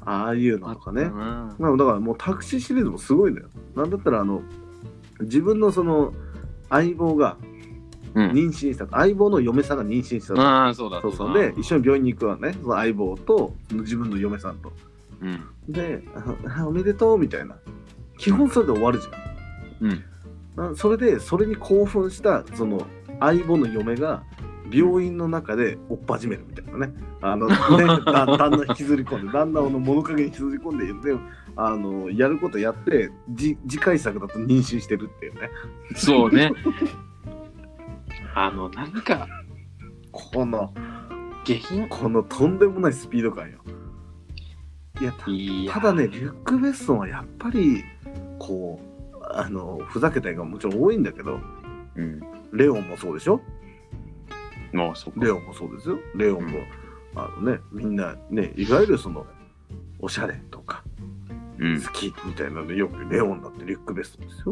Speaker 1: ああいうのとかね。
Speaker 2: だ
Speaker 1: からもうタクシーシリーズもすごいのよ。なんだったら自分のその相棒が妊娠した、相棒の嫁さんが妊娠した。
Speaker 2: ああ、そうだ。
Speaker 1: そうで一緒に病院に行くわね。その相棒と自分の嫁さんと。で、おめでとうみたいな。基本それで終わるじゃん。それに興奮したその相棒の嫁が病院の中で追っ始めるみたいなね。旦那引きずり込んで、旦那を物陰に引きずり込んで、やることやって、次回作だと妊娠してるっていうね。
Speaker 2: そうね。なんか、
Speaker 1: この
Speaker 2: 下品、
Speaker 1: このとんでもないスピード感よ。いや、ただね、リュック・ベッソンはやっぱり、こう、ふざけた映画ももちろん多いんだけど、レオンもそうでしょ？レオンもそうですよ。レオンも、みんなね、いわゆるその、おしゃれとか、好きみたいなので、よくレオンだってリュック・ベッソンですよ。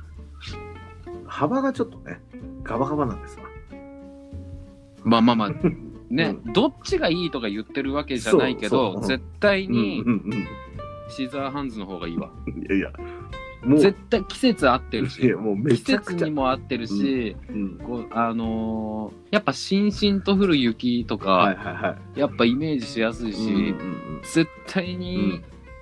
Speaker 1: 幅がちょっとね、ガバガバなんですわ。
Speaker 2: まあね、どっちがいいとか言ってるわけじゃないけど、絶対にシザーハンズの方がいいわ。
Speaker 1: いやもう
Speaker 2: 絶対季節合ってるし、
Speaker 1: もうめちゃくちゃ
Speaker 2: 季節にも合ってるし、やっぱしんしんと降る雪とか、やっぱイメージしやすいし、絶対に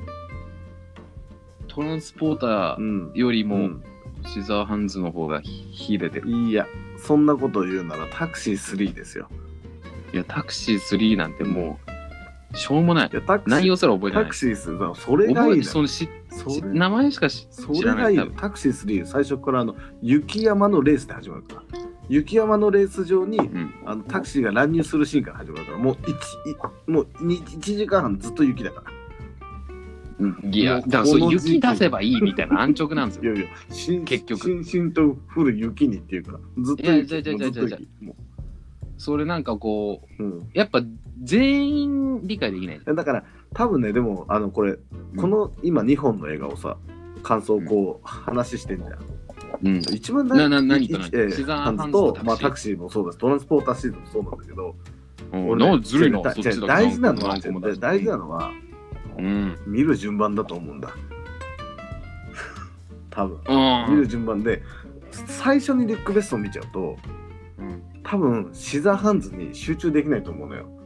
Speaker 2: トランスポーターよりもシザーハンズの方が秀でてる。
Speaker 1: いや、そんなこと言うならタクシー3ですよ。
Speaker 2: いや、タクシー3なんてもうしょうもない。内容すら覚えてない。
Speaker 1: タクシー3、それがいい
Speaker 2: な。名前しか知らない。
Speaker 1: タクシー3、最初から雪山のレースで始まるから。雪山のレース場に、タクシーが乱入するシーンから始まるから、もう1時間半ずっと雪だから。
Speaker 2: いや、だからそう雪出せばいいみたいな安直なんですよ。
Speaker 1: いや
Speaker 2: 結局。
Speaker 1: しんしんと降る雪にっていうか、ずっと雪。
Speaker 2: それなんかこう、やっぱ全員理解できない。
Speaker 1: だから多分ね、でもこれ、この今2本の映画をさ、感想をこう話してんじゃん。一番大事なシザーハンズとタクシーもそうです。トランスポーターシーズンもそうなんだけど、
Speaker 2: ずるいの。
Speaker 1: 大事なのは見る順番だと思うんだ。多分見る順番で、最初にリュック・ベッソン見ちゃうと、多分シザーハンズに集中できないと思うのよ。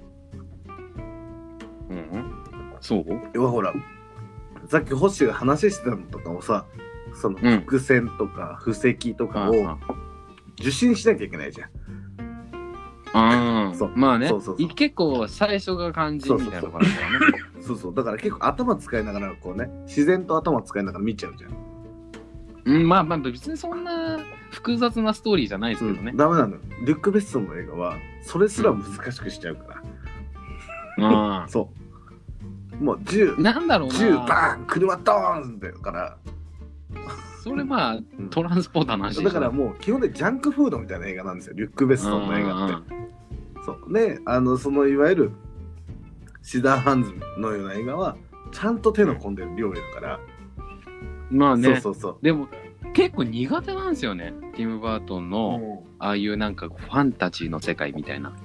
Speaker 2: そう？
Speaker 1: 要はほら、さっき星が話してたのとかをさ、その伏線とか布石とかを受信しなきゃいけないじゃん。
Speaker 2: まあね、結構最初が肝心みたいなところだからね。
Speaker 1: そうだから結構頭使いながらこうね、自然と頭使いながら見ちゃうじゃん。
Speaker 2: まあ別にそんな複雑なストーリーじゃないですけどね。
Speaker 1: ダメなのよ。リュック・ベッソンの映画はそれすら難しくしちゃうから。もう
Speaker 2: なんだろうな、
Speaker 1: 銃バーン、車ドーンだから。
Speaker 2: それまあトランスポーターの話
Speaker 1: だからもう基本的にジャンクフードみたいな映画なんですよ、リュック・ベッソンの映画って。そうね、そのいわゆるシザーハンズのような映画はちゃんと手の込んでる料理だから。
Speaker 2: まあね、でも結構苦手なんですよね、ティム・バートンのああいうなんかファンタジーの世界みたいな。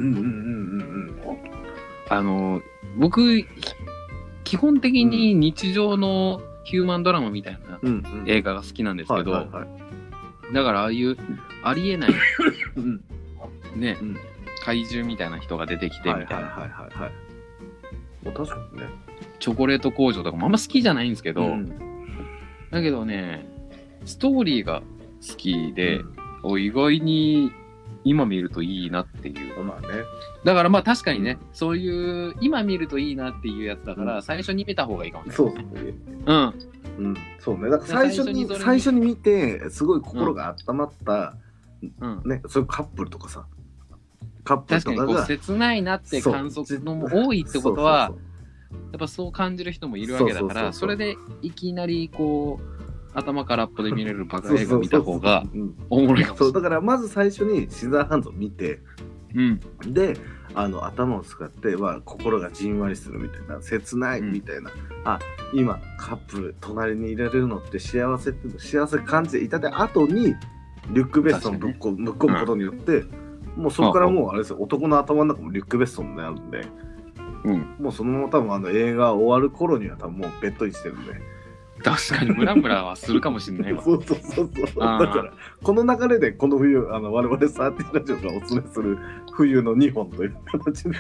Speaker 2: 僕基本的に日常のヒューマンドラマみたいな映画が好きなんですけど、だからああいうありえないね、怪獣みたいな人が出てきてみたいな。
Speaker 1: 確かにね。
Speaker 2: チョコレート工場とかもあんま好きじゃないんですけど、だけどね、ストーリーが好きで、意外に今見るといいなっていう。
Speaker 1: まあね。
Speaker 2: だからまあ確かにね、そういう今見るといいなっていうやつだから、最初に見た方がいいかもしれない。
Speaker 1: そうね。だから最初に見てすごい心が温まったね、そういうカップルとかさ、カップルとかが
Speaker 2: 確かにこう切ないなって感想のも多いってことは、やっぱそう感じる人もいるわけだから、それでいきなりこう頭空っぽで見れるバカ映画見た方がおもろいかもしれない。
Speaker 1: だからまず最初にシザーハンズを見て、で頭を使っては心がじんわりするみたいな、切ないみたいな、今カップル隣にいられるのって幸せ感じていたで後にリュック・ベッソンぶっ込むことによって、もうそこからもうあれですよ、男の頭の中もリュック・ベッソンになるんで。 もうそのまま多分映画終わる頃には多分もうベッドにしてるんで。
Speaker 2: 確かにムラムラはするかもしれないわ。
Speaker 1: そうそうそうそう。だからこの流れでこの冬我々サーティラジオがおすすめする冬の2本という形で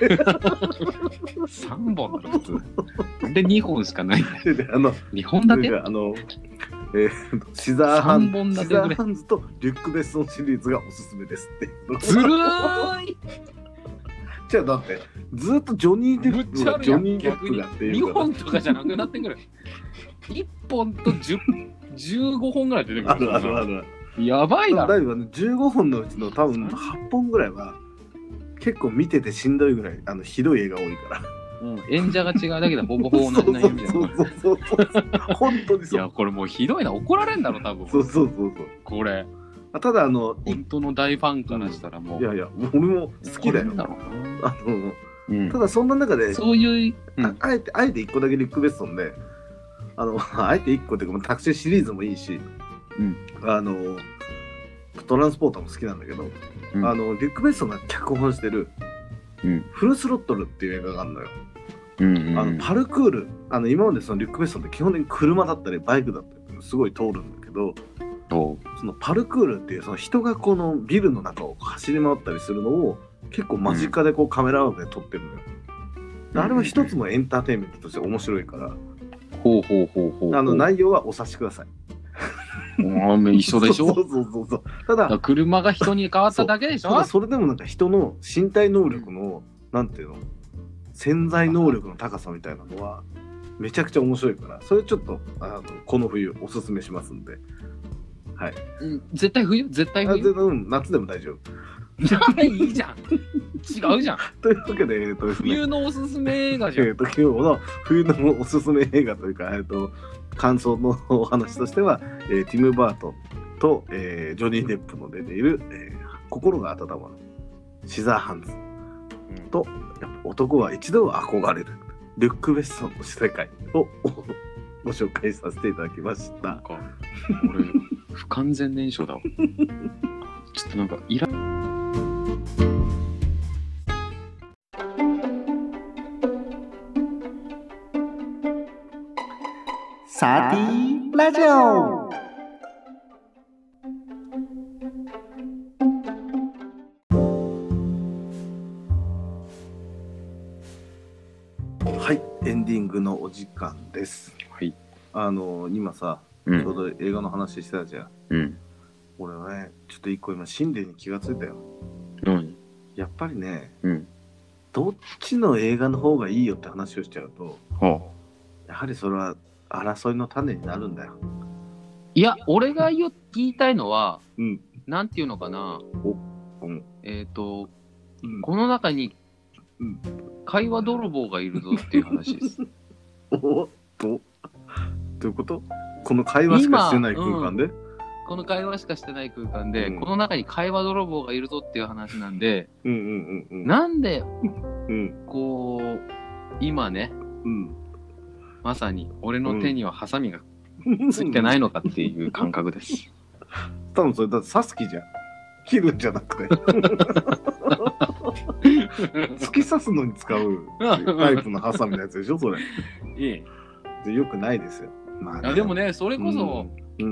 Speaker 2: 3本だろ普通。で2本しかないんだよ。
Speaker 1: で
Speaker 2: 2本立て
Speaker 1: シザーハン
Speaker 2: 本
Speaker 1: ズ、シザーハンズとリュック・ベッソンシリーズがおすすめですって。
Speaker 2: ずるーい。
Speaker 1: じゃあだってずっとジョニー・デップがジョニー・デップがっていう
Speaker 2: 2本とかじゃなくなってくる。1本と15本ぐらい出てくる。
Speaker 1: ある。
Speaker 2: やばいな。
Speaker 1: だいぶ15本のうちの多分8本ぐらいは結構見ててしんどいぐらいひどい映画多いから。
Speaker 2: 演者が違うだけでほぼほぼ同じ内容みたいな。
Speaker 1: そう本当にそう。
Speaker 2: いやこれもうひどいな、怒られんだろ多分。
Speaker 1: そう
Speaker 2: これ
Speaker 1: ただ
Speaker 2: 本当の大ファンからしたらもう、
Speaker 1: いや俺も好きだよ。ただそんな中で
Speaker 2: そういう、
Speaker 1: あえて1個だけリュック・ベッソンであえて1個っていうかタクシーシリーズもいいし、トランスポーターも好きなんだけど、リュック・ベッソンが脚本してるフルスロットルっていう映画があるのよ。パルクール今までそのリュック・ベッソンって基本的に車だったりバイクだったりすごい通るんだけど、そのパルクールっていうその人がこのビルの中を走り回ったりするのを結構間近でこうカメラワークで撮ってるのよ。あれは一つのエンターテインメントとして面白いから、内容はお察しください。
Speaker 2: 一緒でしょ。
Speaker 1: そうただ
Speaker 2: 車が人に変わっただけでしょ。
Speaker 1: それでもなんか人の身体能力のなんていうの潜在能力の高さみたいなのはめちゃくちゃ面白いから、それちょっとこの冬おすすめしますんで。はい。
Speaker 2: 絶対冬？夏
Speaker 1: でも大丈夫。
Speaker 2: いいじゃん。違うじゃん。
Speaker 1: というわけで、
Speaker 2: 冬のおすすめ映画じゃん。
Speaker 1: 今日の冬のおすすめ映画というか、感想のお話としては、ティム・バートンと、ジョニー・デップの出ている、心が温まるシザーハンズと、やっぱ男は一度は憧れるリュック・ベッソンの世界をご紹介させていただきました。
Speaker 2: 俺不完全燃焼だわ。ちょっとなんか
Speaker 1: サーティーラジオ。はい、エンディングのお時間です。
Speaker 2: はい。
Speaker 1: 今さ、ちょうど映画の話してたじゃん。俺はね、ちょっと一個今心理に気がついたよ。やっぱりね、どっちの映画の方がいいよって話をしちゃうと、やはりそれは争いの種になるんだよ。
Speaker 2: いや、俺が言いたいのは、なんていうのかな、この中に会話泥棒がいるぞっていう話です。
Speaker 1: どういうこと？この会話しかしてない空間で？
Speaker 2: この会話しかしてない空間で、この中に会話泥棒がいるぞっていう話なんで、なんで、こう、今ね、まさに俺の手にはハサミがついてないのかっていう感覚です。
Speaker 1: 多分それだって刺す気じゃん。切るんじゃなくて。突き刺すのに使うタイプのハサミのやつでしょそれ。よくないですよ。
Speaker 2: でもね、それこそ、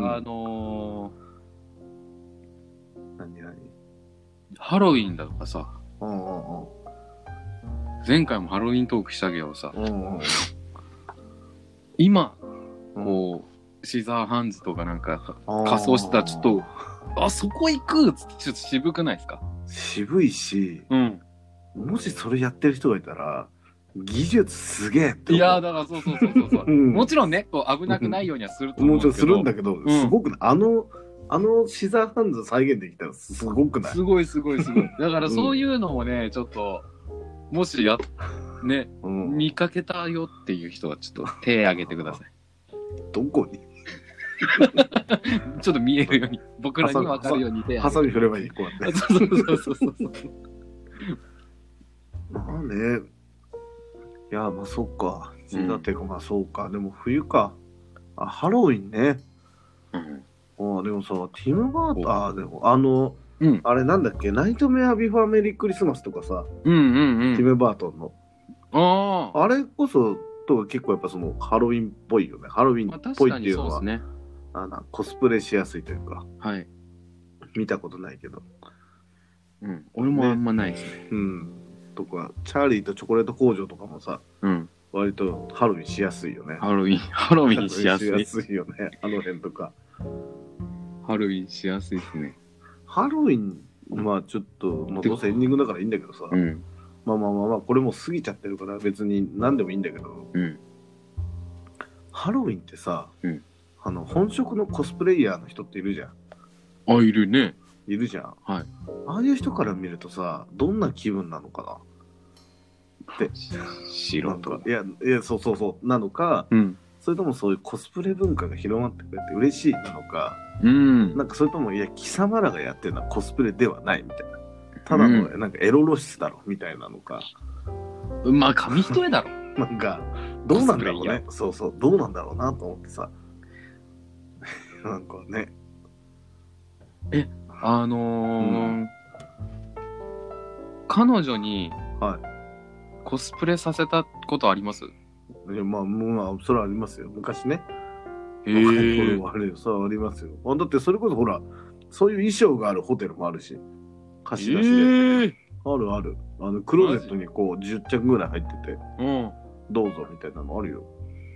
Speaker 2: ハロウィンだとかさ、前回もハロウィントークしたけどさ、今こうシザーハンズとかなんか仮装してたらちょっとそこ行くっつってちょっと渋くないですか？
Speaker 1: 渋いし、もしそれやってる人がいたら技術すげえって思う。
Speaker 2: いやだからそう、もちろんねこう危なくないようにはすると思うけど、
Speaker 1: もちろんするんだけど、すごくシザーハンズ再現できたらすごくない？すごい。
Speaker 2: だからそういうのもね、ちょっともし見かけたよっていう人はちょっと手挙げてください。
Speaker 1: どこに？
Speaker 2: ちょっと見えるように、僕らに分かるように手
Speaker 1: ハサミ振ればいい、こうやって。そう。まあね。いや、まあそっか。シザーっていうかまあそうか。でも冬か。ハロウィンね。でもさ、ティム・バーターでもあれなんだっけ、ナイトメア・ビフォー・メリー・クリスマスとかさ、ティム・バートンの。
Speaker 2: ああ。
Speaker 1: あれこそ、とか結構やっぱそのハロウィンっぽいよね。ハロウィン
Speaker 2: まあ、
Speaker 1: っぽい
Speaker 2: 確かに
Speaker 1: っていうのは、
Speaker 2: そうですね。
Speaker 1: コスプレしやすいというか、
Speaker 2: はい。
Speaker 1: 見たことないけど。
Speaker 2: うん。俺もあんまないですね。
Speaker 1: うん。とか、チャーリーとチョコレート工場とかもさ、
Speaker 2: うん。
Speaker 1: 割とハロウィンしやすいよね。
Speaker 2: ハロウィン、ハロウィンしやすい。
Speaker 1: ハロウィンしやすいよね。あの辺とか。
Speaker 2: ハロウィンしやすいですね。
Speaker 1: ハロウィン、まあちょっと、まあ、どうせエンディングだからいいんだけどさ、
Speaker 2: うん。
Speaker 1: まあまあまあまあ、これもう過ぎちゃってるから別に何でもいいんだけど、
Speaker 2: うん。
Speaker 1: ハロウィンってさ、
Speaker 2: うん
Speaker 1: 本職のコスプレイヤーの人っているじゃん。
Speaker 2: あ、いるね。
Speaker 1: いるじゃん。
Speaker 2: はい。
Speaker 1: ああいう人から見るとさ、どんな気分なのかなって。
Speaker 2: 素人。
Speaker 1: いや、そうそうそう、なのか、
Speaker 2: うん。
Speaker 1: それともそういうコスプレ文化が広まってくれて嬉しいなのか、
Speaker 2: うん。
Speaker 1: なんかそれとも、いや、貴様らがやってるのはコスプレではないみたいな。ただの、なんかエロ露出だろ、みたいなのか。
Speaker 2: まあ、紙一重だろ。
Speaker 1: なんか、どうなんだろうね。そうそう、どうなんだろうなと思ってさ。なんかね。
Speaker 2: 彼女に
Speaker 1: は
Speaker 2: コスプレさせたことあります？
Speaker 1: い。いや、まあ、それはありますよ。昔ね。
Speaker 2: へ
Speaker 1: 若い
Speaker 2: え。
Speaker 1: 頃はあれよ、それはありますよ。だってそれこそほら、そういう衣装があるホテルもあるし、貸し出しで。あるある。クローゼットにこう10着ぐらい入ってて、
Speaker 2: うん。
Speaker 1: どうぞみたいなのあるよ。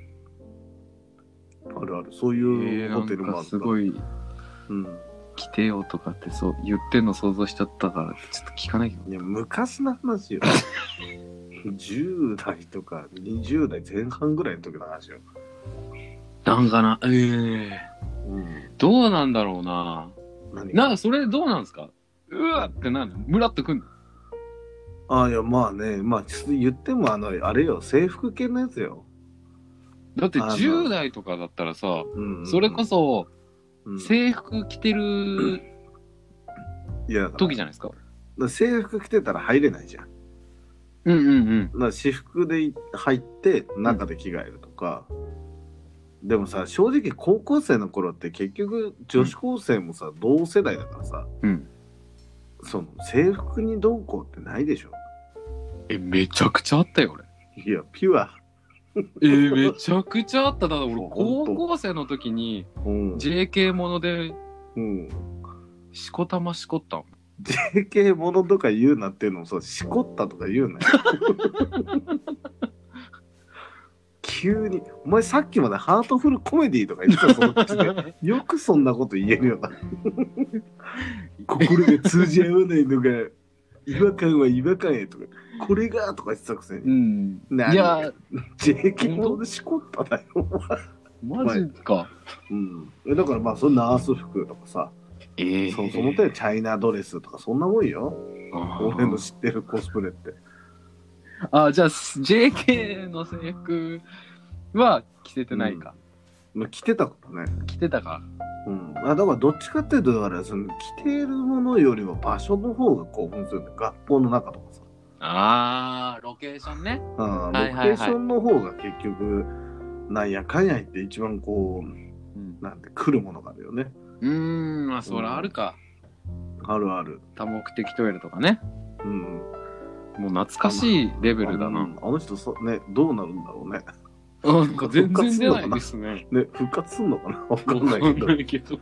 Speaker 1: あるある。そういうホテルもある。
Speaker 2: なんかすごい、
Speaker 1: うん。
Speaker 2: 来てよとかってそう言ってんの想像しちゃったから、ちょっと聞かないけど。
Speaker 1: いや、昔の話よ。10代とか20代前半ぐらいの時の話よ。
Speaker 2: なんかな、
Speaker 1: うん。
Speaker 2: どうなんだろうな。
Speaker 1: 何
Speaker 2: なんかそれどうなんですか？うわってなるの？ムラっとくんの？
Speaker 1: いや、まあね、まあ、言っても、あれよ、制服系のやつよ。
Speaker 2: だって10代とかだったらさ、
Speaker 1: うん、
Speaker 2: それこそ、
Speaker 1: うん、
Speaker 2: 制服着てる
Speaker 1: いや
Speaker 2: 時じゃないですか。
Speaker 1: 制服着てたら入れないじゃん。
Speaker 2: うんうんうん。
Speaker 1: だから私服で入って中で着替えるとか、でもさ、正直高校生の頃って結局女子高生もさ、同世代だからさ、その制服にどうこうってないでしょ。
Speaker 2: めちゃくちゃあったよ俺。
Speaker 1: いや、ピュア。
Speaker 2: めちゃくちゃあった。だから俺高校生の時に JK ものでしこたましこったもん。
Speaker 1: JK ものとか言うなっていうのもさ、しこったとか言うなよ。急に、お前さっきまでハートフルコメディとか言ってたその口で、よくそんなこと言えるよな。心が通じ合わないのが、違和感は違和感へとか、これがとか言ってたくせに。いや、JK ものでしこっただよ。
Speaker 2: マジか。
Speaker 1: だからまあ、そのナース服とかさ、その手チャイナドレスとかそんなもんよ。俺の知ってるコスプレって。
Speaker 2: じゃあ JK の制服は着せてないか。
Speaker 1: 着てたからね。
Speaker 2: 着てたか。
Speaker 1: だからどっちかっていうと、だからその着ているものよりも場所の方が興奮するんだよ。学校の中とかさ。
Speaker 2: ロケーションね。
Speaker 1: ロケーションの方が結局、なんやかんや言って一番こう、なんて来るものがあるよね。
Speaker 2: まあそれあるか。
Speaker 1: あるある。
Speaker 2: 多目的トイレとかね。もう懐かしいレベルだな。
Speaker 1: あの人ね、どうなるんだろうね。
Speaker 2: なんか全然出ないですね。
Speaker 1: 復活すんのかなわかんないけど。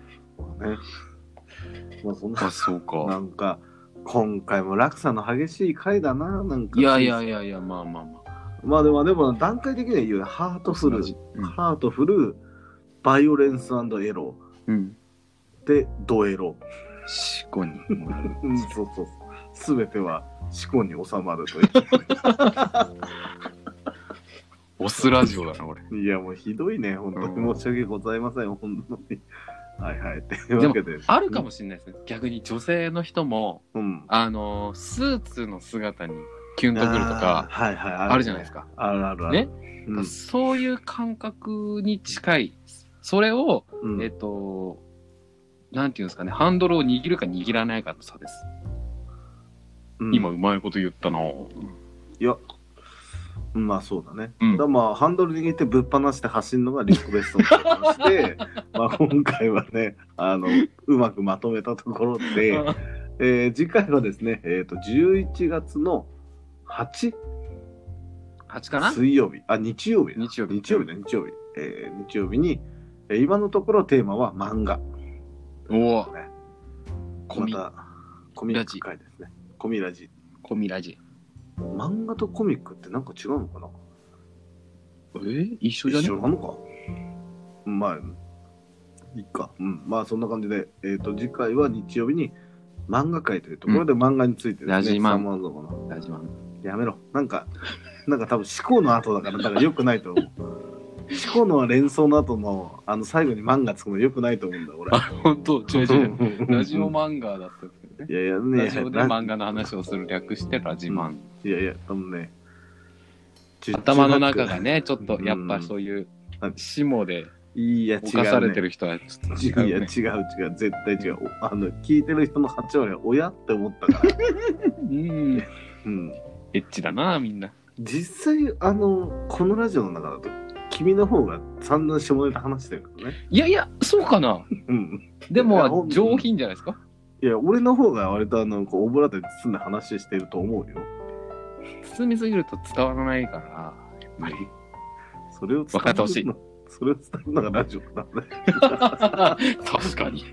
Speaker 1: まあそんな、
Speaker 2: そうか。
Speaker 1: なんか、今回も落差の激しい回だな、なんか。
Speaker 2: いや、まあ。
Speaker 1: まあでも段階的には言うハートフル、バイオレンス&エロ。で、ドエロ。
Speaker 2: 思考に。
Speaker 1: そう。すべては思考に収まるという。
Speaker 2: オスラジオだな、俺。
Speaker 1: いや、もうひどいね。本当に申し訳ございません。本当に。はいはい。というわけで。
Speaker 2: あるかもしれないですね。逆に女性の人も、スーツの姿にキュンとくるとか、あるじゃないですか。
Speaker 1: ある。
Speaker 2: ね。そういう感覚に近い。それを、なんていうんですかね、ハンドルを握るか握らないかの差です。今うまいこと言ったな。
Speaker 1: いや、まあそうだね。まあハンドル握ってぶっ放して走るのがリスクベストとして、まあ今回はね、うまくまとめたところで、次回はですね、11月の8
Speaker 2: 8かな。
Speaker 1: 水曜日、日曜日だ。
Speaker 2: 日曜日。
Speaker 1: 日曜日に、今のところテーマは漫画。
Speaker 2: おお。
Speaker 1: ね、
Speaker 2: コミ
Speaker 1: またコミック会ですね。コミラジ。
Speaker 2: コミラジ。
Speaker 1: 漫画とコミックってなんか違うのかな。
Speaker 2: 一緒じゃね。
Speaker 1: 一緒なのか。まあいいか。まあそんな感じで、次回は日曜日に漫画会というところで漫画についてですね。
Speaker 2: ラジマン。
Speaker 1: ラジマン。やめろ。なんか多分思考の後だから良くないと思う。思考の連想の後の最後に漫画つくの良くないと思うんだ俺。
Speaker 2: 本当。違う。ラジオ漫画だったんですけどね。いやね。ラジオで漫画の話をする略してラジマン。
Speaker 1: いや多分ね。
Speaker 2: 頭の中がねちょっとやっぱそういう下で犯されてる人はちょっと違う、ね。
Speaker 1: いや違う絶対違う。聞いてる人の8割は親って思ったから。
Speaker 2: エッチだなみんな。
Speaker 1: 実際このラジオの中だと君の方が散々下ネタ話してるからね。い
Speaker 2: やそうかな。でも上品じゃないですか。
Speaker 1: いや俺の方が割とオブラートに包んで話してると思うよ。
Speaker 2: 包みすぎると伝わらないからやっぱり
Speaker 1: それを伝えるのがラジオなんだよ。
Speaker 2: 確かに。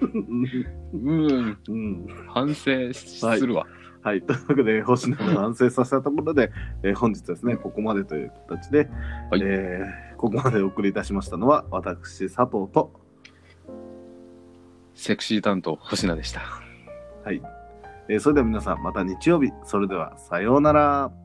Speaker 2: 反省するわ。
Speaker 1: はい、というわけで星野の反省させたところで、本日ですねここまでという形で、ここまでお送りいたしましたのは私佐藤と
Speaker 2: セクシー担当星名でした。
Speaker 1: はい、それでは皆さんまた日曜日、それではさようなら。